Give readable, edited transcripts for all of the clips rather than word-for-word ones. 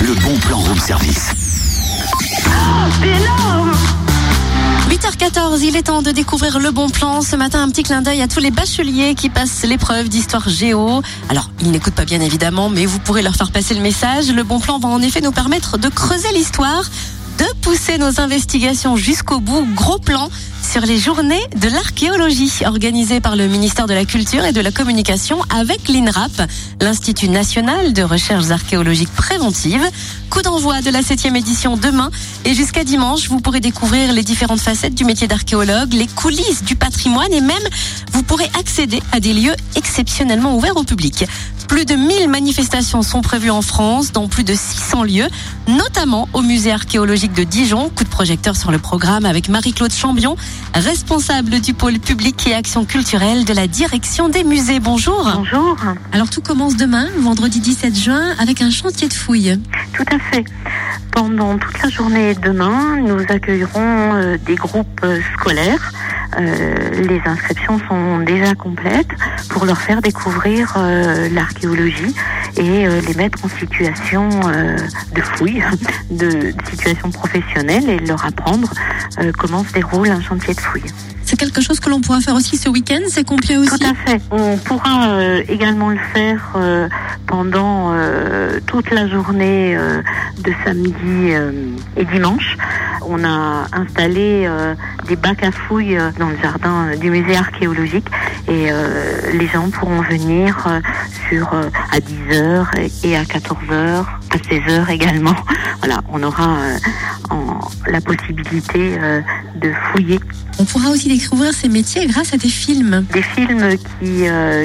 le bon plan room service. C'est énorme! 8h14, il est temps de découvrir le bon plan. Ce matin, un petit clin d'œil à tous les bacheliers qui passent l'épreuve d'histoire géo. Alors, ils n'écoutent pas bien évidemment, mais vous pourrez leur faire passer le message. Le bon plan va en effet nous permettre de creuser l'histoire, de pousser nos investigations jusqu'au bout. Gros plan sur les journées de l'archéologie organisées par le ministère de la Culture et de la Communication avec l'INRAP, l'Institut National de Recherches Archéologiques Préventives. Coup d'envoi de la 7e édition demain et jusqu'à dimanche, vous pourrez découvrir les différentes facettes du métier d'archéologue, les coulisses du patrimoine et même vous pourrez accéder à des lieux exceptionnellement ouverts au public. Plus de 1000 manifestations sont prévues en France dans plus de 600 lieux, notamment au musée archéologique de Dijon. Coup de projecteur sur le programme avec Marie-Claude Chambion, responsable du pôle public et action culturelle de la direction des musées. Bonjour. Bonjour. Alors tout commence demain, vendredi 17 juin, avec un chantier de fouilles. Tout à fait. Pendant toute la journée demain, nous accueillerons des groupes scolaires. Les inscriptions sont déjà complètes pour leur faire découvrir l'archéologie et les mettre en situation de fouille, de situation professionnelle et leur apprendre comment se déroule un chantier de fouille. C'est quelque chose que l'on pourra faire aussi ce week-end, c'est complet aussi? Tout à fait. On pourra également le faire pendant toute la journée de samedi et dimanche. On a installé des bacs à fouilles dans le jardin du musée archéologique et les gens pourront venir à 10h et à 14h, à 16h également. Voilà, on aura la possibilité de fouiller. On pourra aussi découvrir ces métiers grâce à des films. Des films qui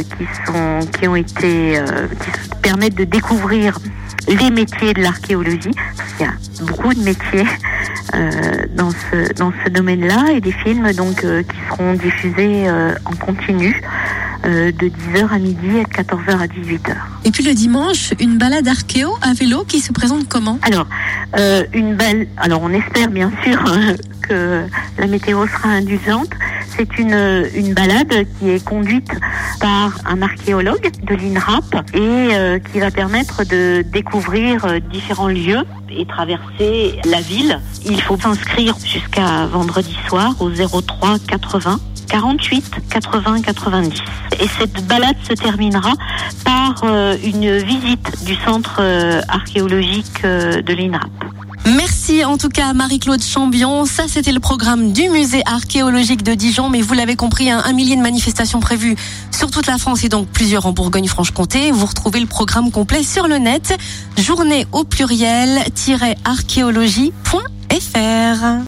permettent de découvrir les métiers de l'archéologie. Il y a beaucoup de métiers dans ce domaine-là et des films donc qui seront diffusés en continu de 10h à midi et de 14h à 18h. Et puis le dimanche, une balade archéo à vélo qui se présente comment? Alors, on espère bien sûr que la météo sera indulgente. C'est une balade qui est conduite par un archéologue de l'INRAP et qui va permettre de découvrir différents lieux et traverser la ville. Il faut s'inscrire jusqu'à vendredi soir au 03 80 48 80 90. Et cette balade se terminera par une visite du centre archéologique de l'INRAP. Merci en tout cas à Marie-Claude Chambion. Ça, c'était le programme du musée archéologique de Dijon. Mais vous l'avez compris, un millier de manifestations prévues sur toute la France et donc plusieurs en Bourgogne-Franche-Comté. Vous retrouvez le programme complet sur le net. Journée au pluriel-archéologie.fr.